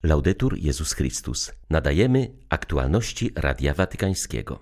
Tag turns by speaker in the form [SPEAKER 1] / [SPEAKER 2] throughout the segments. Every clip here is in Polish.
[SPEAKER 1] Laudetur Jezus Chrystus. Nadajemy aktualności Radia Watykańskiego.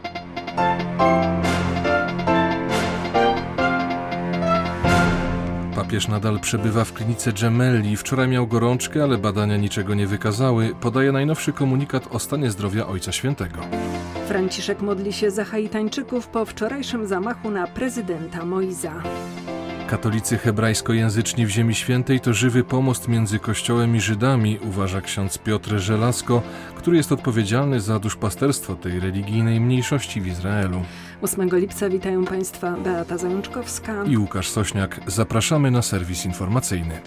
[SPEAKER 2] Papież nadal przebywa w klinice Gemelli. Wczoraj miał gorączkę, ale badania niczego nie wykazały. Podaje najnowszy komunikat o stanie zdrowia Ojca Świętego.
[SPEAKER 3] Franciszek modli się za Haitańczyków po wczorajszym zamachu na prezydenta Moïsa.
[SPEAKER 2] Katolicy hebrajskojęzyczni w Ziemi Świętej to żywy pomost między Kościołem i Żydami, uważa ksiądz Piotr Żelazko, który jest odpowiedzialny za duszpasterstwo tej religijnej mniejszości w Izraelu.
[SPEAKER 3] 8 lipca witają Państwa Beata Zajączkowska
[SPEAKER 2] I Łukasz Sośniak. Zapraszamy na serwis informacyjny.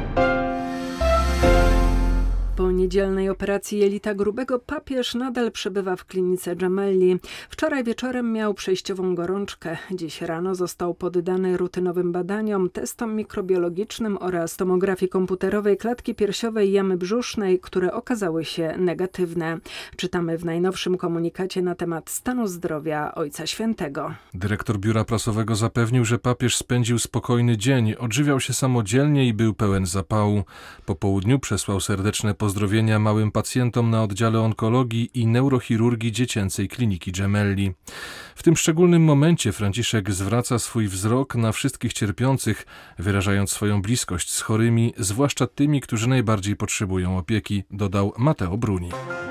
[SPEAKER 3] Po niedzielnej operacji jelita grubego papież nadal przebywa w klinice Gemelli. Wczoraj wieczorem miał przejściową gorączkę. Dziś rano został poddany rutynowym badaniom, testom mikrobiologicznym oraz tomografii komputerowej klatki piersiowej i jamy brzusznej, które okazały się negatywne. Czytamy w najnowszym komunikacie na temat stanu zdrowia Ojca Świętego.
[SPEAKER 2] Dyrektor biura prasowego zapewnił, że papież spędził spokojny dzień, odżywiał się samodzielnie i był pełen zapału. Po południu przesłał serdeczne pozdrowienia małym pacjentom na oddziale onkologii i neurochirurgii dziecięcej kliniki Gemelli. W tym szczególnym momencie Franciszek zwraca swój wzrok na wszystkich cierpiących, wyrażając swoją bliskość z chorymi, zwłaszcza tymi, którzy najbardziej potrzebują opieki, dodał Matteo Bruni.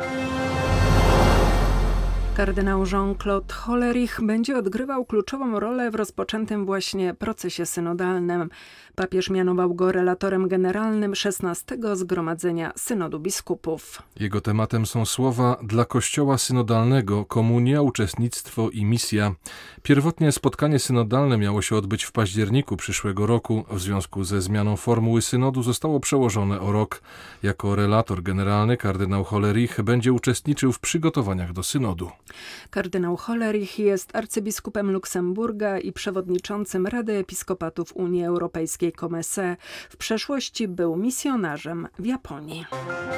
[SPEAKER 3] Kardynał Jean-Claude Hollerich będzie odgrywał kluczową rolę w rozpoczętym właśnie procesie synodalnym. Papież mianował go relatorem generalnym 16. Zgromadzenia Synodu Biskupów.
[SPEAKER 2] Jego tematem są słowa dla Kościoła synodalnego, komunia, uczestnictwo i misja. Pierwotnie spotkanie synodalne miało się odbyć w październiku przyszłego roku. W związku ze zmianą formuły synodu zostało przełożone o rok. Jako relator generalny kardynał Hollerich będzie uczestniczył w przygotowaniach do synodu.
[SPEAKER 3] Kardynał Hollerich jest arcybiskupem Luksemburga i przewodniczącym Rady Episkopatów Unii Europejskiej COMECE. W przeszłości był misjonarzem w Japonii.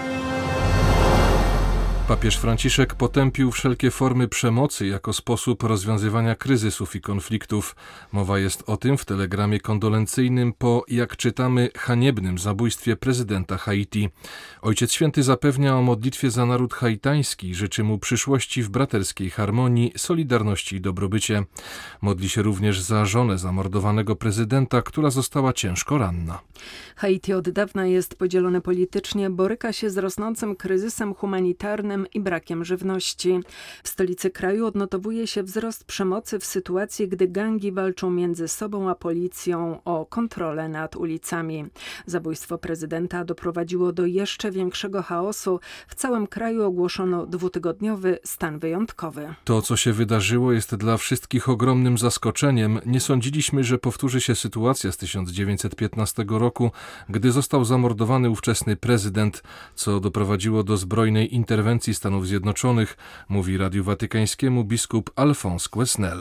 [SPEAKER 2] Papież Franciszek potępił wszelkie formy przemocy jako sposób rozwiązywania kryzysów i konfliktów. Mowa jest o tym w telegramie kondolencyjnym po, jak czytamy, haniebnym zabójstwie prezydenta Haiti. Ojciec Święty zapewnia o modlitwie za naród haitański, życzy mu przyszłości w braterskiej harmonii, solidarności i dobrobycie. Modli się również za żonę zamordowanego prezydenta, która została ciężko ranna.
[SPEAKER 3] Haiti od dawna jest podzielone politycznie, boryka się z rosnącym kryzysem humanitarnym i brakiem żywności. W stolicy kraju odnotowuje się wzrost przemocy w sytuacji, gdy gangi walczą między sobą a policją o kontrolę nad ulicami. Zabójstwo prezydenta doprowadziło do jeszcze większego chaosu. W całym kraju ogłoszono 2-tygodniowy stan wyjątkowy.
[SPEAKER 2] To, co się wydarzyło, jest dla wszystkich ogromnym zaskoczeniem. Nie sądziliśmy, że powtórzy się sytuacja z 1915 roku, gdy został zamordowany ówczesny prezydent, co doprowadziło do zbrojnej interwencji Stanów Zjednoczonych, mówi Radiu Watykańskiemu biskup Alphonse Quesnel.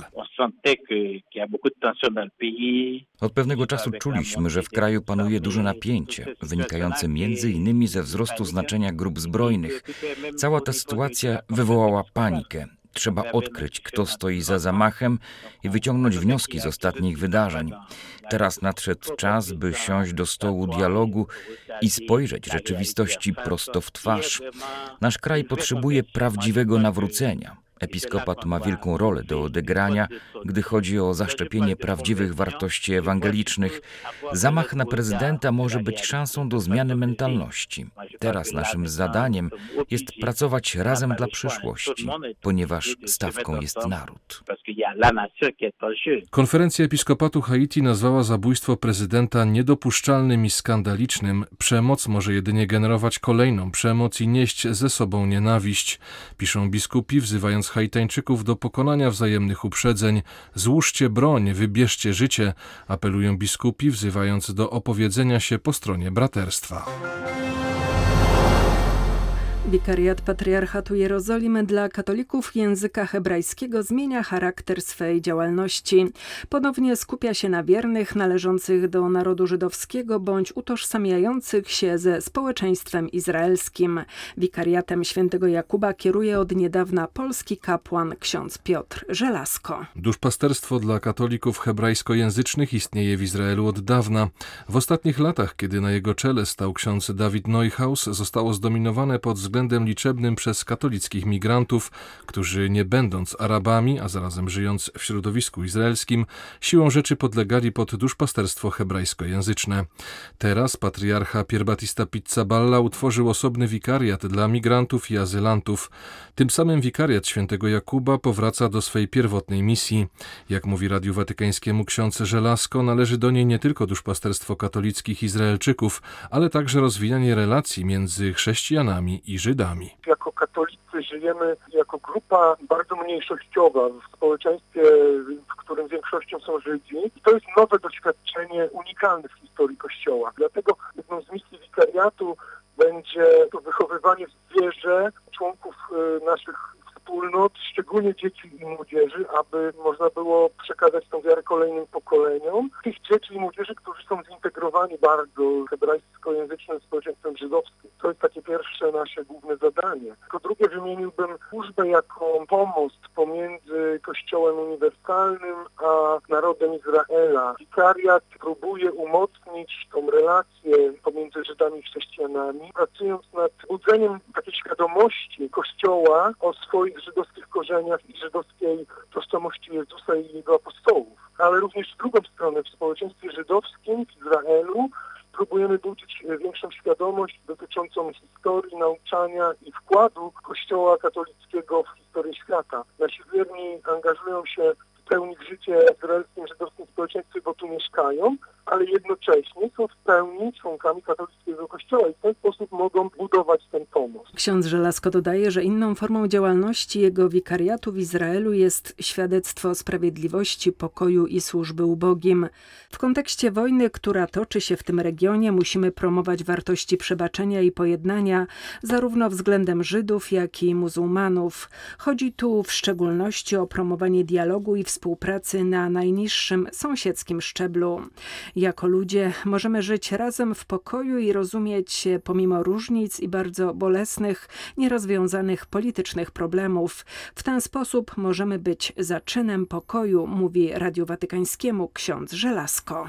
[SPEAKER 4] Od pewnego czasu czuliśmy, że w kraju panuje duże napięcie, wynikające m.in. ze wzrostu znaczenia grup zbrojnych. Cała ta sytuacja wywołała panikę. Trzeba odkryć, kto stoi za zamachem i wyciągnąć wnioski z ostatnich wydarzeń. Teraz nadszedł czas, by siąść do stołu dialogu i spojrzeć rzeczywistości prosto w twarz. Nasz kraj potrzebuje prawdziwego nawrócenia. Episkopat ma wielką rolę do odegrania, gdy chodzi o zaszczepienie prawdziwych wartości ewangelicznych. Zamach na prezydenta może być szansą do zmiany mentalności. Teraz naszym zadaniem jest pracować razem dla przyszłości, ponieważ stawką jest naród.
[SPEAKER 2] Konferencja Episkopatu Haiti nazwała zabójstwo prezydenta niedopuszczalnym i skandalicznym. Przemoc może jedynie generować kolejną przemoc i nieść ze sobą nienawiść, piszą biskupi, wzywając Haitańczyków do pokonania wzajemnych uprzedzeń. Złóżcie broń, wybierzcie życie, apelują biskupi, wzywając do opowiedzenia się po stronie braterstwa.
[SPEAKER 3] Wikariat Patriarchatu Jerozolimy dla katolików języka hebrajskiego zmienia charakter swej działalności. Ponownie skupia się na wiernych należących do narodu żydowskiego bądź utożsamiających się ze społeczeństwem izraelskim. Wikariatem świętego Jakuba kieruje od niedawna polski kapłan ksiądz Piotr Żelazko.
[SPEAKER 2] Duszpasterstwo dla katolików hebrajskojęzycznych istnieje w Izraelu od dawna. W ostatnich latach, kiedy na jego czele stał ksiądz Dawid Neuhaus, zostało zdominowane pod względem liczebnym przez katolickich migrantów, którzy nie będąc Arabami, a zarazem żyjąc w środowisku izraelskim, siłą rzeczy podlegali pod duszpasterstwo hebrajskojęzyczne. Teraz patriarcha Pierbatista Pizzaballa utworzył osobny wikariat dla migrantów i azylantów. Tym samym wikariat świętego Jakuba powraca do swej pierwotnej misji. Jak mówi Radiu Watykańskiemu ksiądz Żelazko, należy do niej nie tylko duszpasterstwo katolickich Izraelczyków, ale także rozwijanie relacji między chrześcijanami i Żydami.
[SPEAKER 5] Jako katolicy żyjemy jako grupa bardzo mniejszościowa w społeczeństwie, w którym większością są Żydzi. I to jest nowe doświadczenie, unikalne w historii Kościoła. Dlatego jedną z misji wikariatu będzie to wychowywanie w wierze członków naszych wspólnot, szczególnie dzieci i młodzieży, aby można było przekazać tę wiarę kolejnym pokoleniom. Tych dzieci i młodzieży, którzy są zintegrowani bardzo hebrajskojęzycznym społeczeństwem żydowskim. To jest takie pierwsze nasze główne zadanie. Jako drugie wymieniłbym służbę jako pomost pomiędzy Kościołem Uniwersalnym a narodem Izraela. Wikariat próbuje umocnić tą relację pomiędzy Żydami i chrześcijanami, pracując nad budzeniem takiej świadomości Kościoła o swoich żydowskich korzeniach i żydowskiej tożsamości Jezusa i Jego apostołów. Ale również z drugą stronę w społeczeństwie żydowskim w Izraelu próbujemy budzić większą świadomość dotyczącą historii, nauczania i wkładu Kościoła katolickiego w historię świata. Nasi wierni angażują się w pełni w życie izraelskim, żydowskim społeczeństwie, bo tu mieszkają, ale jednocześnie są w pełni członkami katolickiego Kościoła i w ten sposób mogą budować ten pomost.
[SPEAKER 3] Ksiądz Żelazko dodaje, że inną formą działalności jego wikariatu w Izraelu jest świadectwo sprawiedliwości, pokoju i służby ubogim. W kontekście wojny, która toczy się w tym regionie, musimy promować wartości przebaczenia i pojednania zarówno względem Żydów, jak i muzułmanów. Chodzi tu w szczególności o promowanie dialogu i współpracy na najniższym sąsiedzkim szczeblu. Jako ludzie możemy żyć razem w pokoju i rozumieć się pomimo różnic i bardzo bolesnych, nierozwiązanych politycznych problemów. W ten sposób możemy być zaczynem pokoju, mówi Radiu Watykańskiemu ksiądz Żelazko.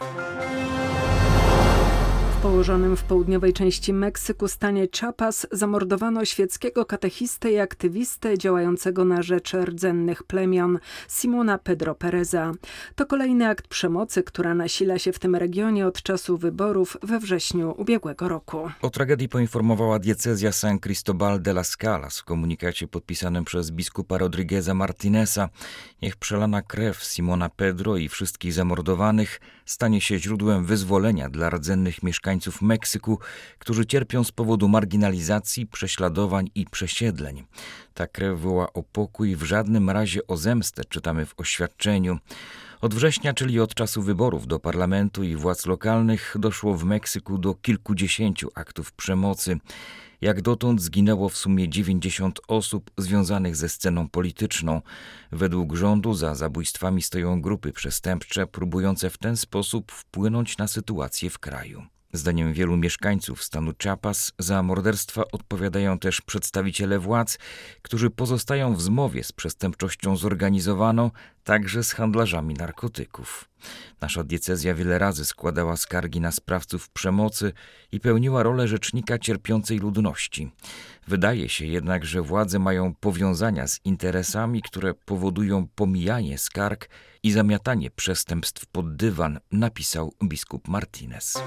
[SPEAKER 3] W położonym w południowej części Meksyku stanie Chiapas zamordowano świeckiego katechistę i aktywistę działającego na rzecz rdzennych plemion Simona Pedro Pereza. To kolejny akt przemocy, która nasila się w tym regionie od czasu wyborów we wrześniu ubiegłego roku.
[SPEAKER 4] O tragedii poinformowała diecezja San Cristobal de las Calas w komunikacie podpisanym przez biskupa Rodrigueza Martineza. Niech przelana krew Simona Pedro i wszystkich zamordowanych stanie się źródłem wyzwolenia dla rdzennych mieszkańców Meksyku, którzy cierpią z powodu marginalizacji, prześladowań i przesiedleń. Ta krew woła o pokój, w żadnym razie o zemstę, czytamy w oświadczeniu. Od września, czyli od czasu wyborów do parlamentu i władz lokalnych, doszło w Meksyku do kilkudziesięciu aktów przemocy. Jak dotąd zginęło w sumie 90 osób związanych ze sceną polityczną. Według rządu za zabójstwami stoją grupy przestępcze, próbujące w ten sposób wpłynąć na sytuację w kraju. Zdaniem wielu mieszkańców stanu Chiapas za morderstwa odpowiadają też przedstawiciele władz, którzy pozostają w zmowie z przestępczością zorganizowaną, także z handlarzami narkotyków. Nasza diecezja wiele razy składała skargi na sprawców przemocy i pełniła rolę rzecznika cierpiącej ludności. Wydaje się jednak, że władze mają powiązania z interesami, które powodują pomijanie skarg i zamiatanie przestępstw pod dywan, napisał biskup Martinez.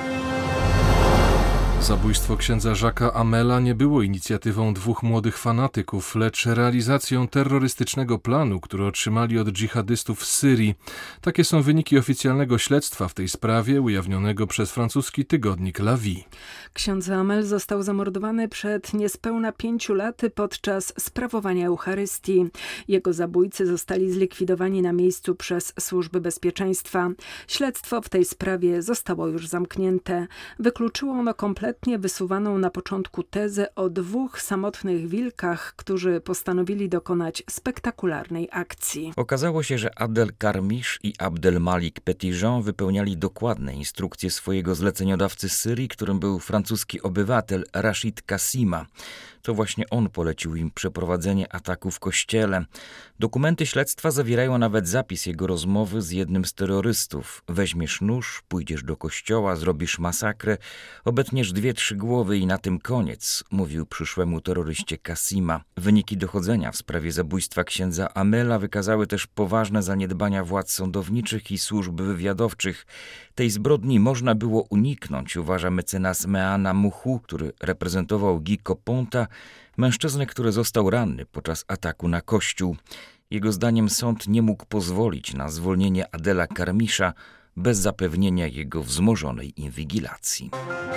[SPEAKER 2] Zabójstwo księdza Jacques'a Amela nie było inicjatywą dwóch młodych fanatyków, lecz realizacją terrorystycznego planu, który otrzymali od dżihadystów z Syrii. Takie są wyniki oficjalnego śledztwa w tej sprawie, ujawnionego przez francuski tygodnik La Vie.
[SPEAKER 3] Ksiądz Amel został zamordowany przed niespełna 5 laty podczas sprawowania Eucharystii. Jego zabójcy zostali zlikwidowani na miejscu przez służby bezpieczeństwa. Śledztwo w tej sprawie zostało już zamknięte. Wykluczyło ono kompletnie kompletnie wysuwaną na początku tezę o 2 samotnych wilkach, którzy postanowili dokonać spektakularnej akcji.
[SPEAKER 4] Okazało się, że Adel Karmisz i Abdelmalik Petitjean wypełniali dokładne instrukcje swojego zleceniodawcy z Syrii, którym był francuski obywatel Rachid Kassima. To właśnie on polecił im przeprowadzenie ataku w kościele. Dokumenty śledztwa zawierają nawet zapis jego rozmowy z jednym z terrorystów. Weźmiesz nóż, pójdziesz do kościoła, zrobisz masakrę, obetniesz 2-3 głowy i na tym koniec, mówił przyszłemu terroryście Kassima. Wyniki dochodzenia w sprawie zabójstwa księdza Amela wykazały też poważne zaniedbania władz sądowniczych i służb wywiadowczych. Tej zbrodni można było uniknąć, uważa mecenas Meana Mouhou, który reprezentował Guy Coponta, mężczyznę, który został ranny podczas ataku na kościół. Jego zdaniem sąd nie mógł pozwolić na zwolnienie Adela Karmisza bez zapewnienia jego wzmożonej inwigilacji.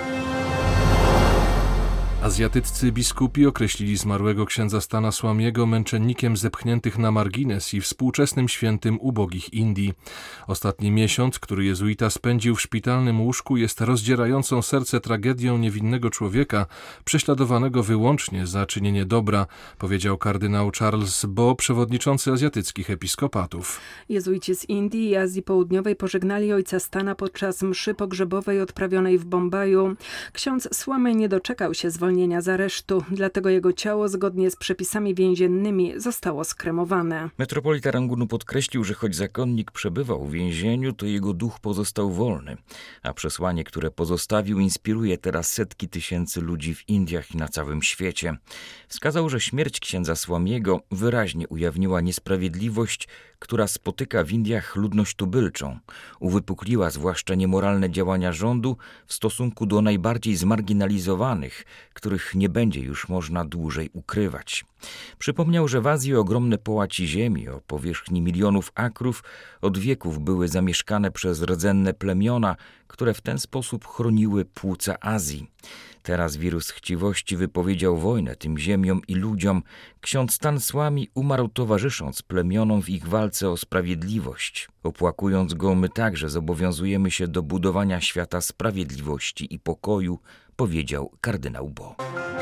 [SPEAKER 2] Azjatyccy biskupi określili zmarłego księdza Stanasłamiego męczennikiem zepchniętych na margines i współczesnym świętym ubogich Indii. Ostatni miesiąc, który jezuita spędził w szpitalnym łóżku, jest rozdzierającą serce tragedią niewinnego człowieka, prześladowanego wyłącznie za czynienie dobra, powiedział kardynał Charles Bo, przewodniczący azjatyckich episkopatów.
[SPEAKER 3] Jezuici z Indii i Azji Południowej pożegnali ojca Stana podczas mszy pogrzebowej odprawionej w Bombaju. Ksiądz Słamy nie doczekał się zwolnienia z aresztu, dlatego jego ciało zgodnie z przepisami więziennymi zostało skremowane.
[SPEAKER 4] Metropolita Rangunu podkreślił, że choć zakonnik przebywał w więzieniu, to jego duch pozostał wolny, a przesłanie, które pozostawił, inspiruje teraz setki tysięcy ludzi w Indiach i na całym świecie. Wskazał, że śmierć księdza Słamiego wyraźnie ujawniła niesprawiedliwość, która spotyka w Indiach ludność tubylczą. Uwypukliła zwłaszcza niemoralne działania rządu w stosunku do najbardziej zmarginalizowanych, których nie będzie już można dłużej ukrywać. Przypomniał, że w Azji ogromne połaci ziemi o powierzchni milionów akrów od wieków były zamieszkane przez rdzenne plemiona, które w ten sposób chroniły płuca Azji. Teraz wirus chciwości wypowiedział wojnę tym ziemiom i ludziom. Ksiądz Stan Swami umarł towarzysząc plemionom w ich walce o sprawiedliwość. Opłakując go, my także zobowiązujemy się do budowania świata sprawiedliwości i pokoju, powiedział kardynał Bo.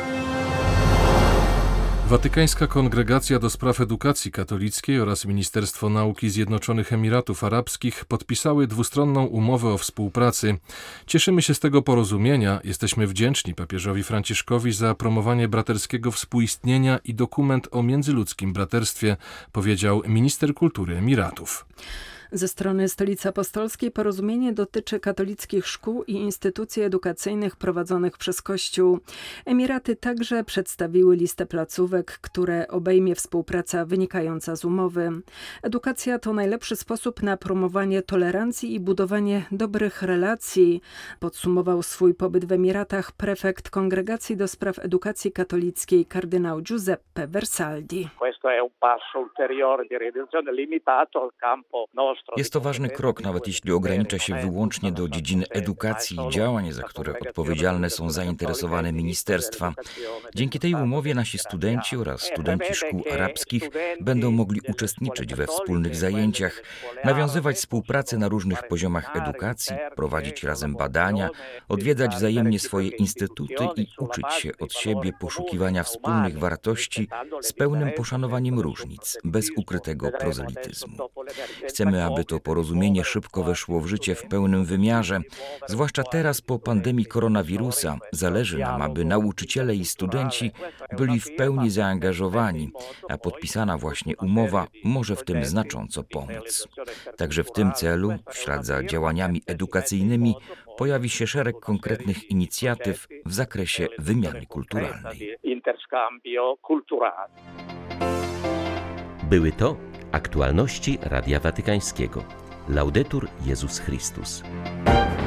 [SPEAKER 2] Watykańska Kongregacja do Spraw Edukacji Katolickiej oraz Ministerstwo Nauki Zjednoczonych Emiratów Arabskich podpisały dwustronną umowę o współpracy. Cieszymy się z tego porozumienia, jesteśmy wdzięczni papieżowi Franciszkowi za promowanie braterskiego współistnienia i dokument o międzyludzkim braterstwie, powiedział minister kultury Emiratów.
[SPEAKER 3] Ze strony Stolicy Apostolskiej porozumienie dotyczy katolickich szkół i instytucji edukacyjnych prowadzonych przez Kościół. Emiraty także przedstawiły listę placówek, które obejmie współpraca wynikająca z umowy. Edukacja to najlepszy sposób na promowanie tolerancji i budowanie dobrych relacji, podsumował swój pobyt w Emiratach prefekt Kongregacji do Spraw Edukacji Katolickiej kardynał Giuseppe Versaldi.
[SPEAKER 4] Jest to ważny krok, nawet jeśli ogranicza się wyłącznie do dziedziny edukacji i działań, za które odpowiedzialne są zainteresowane ministerstwa. Dzięki tej umowie nasi studenci oraz studenci szkół arabskich będą mogli uczestniczyć we wspólnych zajęciach, nawiązywać współpracę na różnych poziomach edukacji, prowadzić razem badania, odwiedzać wzajemnie swoje instytuty i uczyć się od siebie poszukiwania wspólnych wartości z pełnym poszanowaniem różnic, bez ukrytego prozelityzmu. Chcemy, aby to porozumienie szybko weszło w życie w pełnym wymiarze. Zwłaszcza teraz po pandemii koronawirusa zależy nam, aby nauczyciele i studenci byli w pełni zaangażowani, a podpisana właśnie umowa może w tym znacząco pomóc. Także w tym celu, w ślad za działaniami edukacyjnymi, pojawi się szereg konkretnych inicjatyw w zakresie wymiany kulturalnej.
[SPEAKER 1] Były to aktualności Radia Watykańskiego. Laudetur Jezus Chrystus.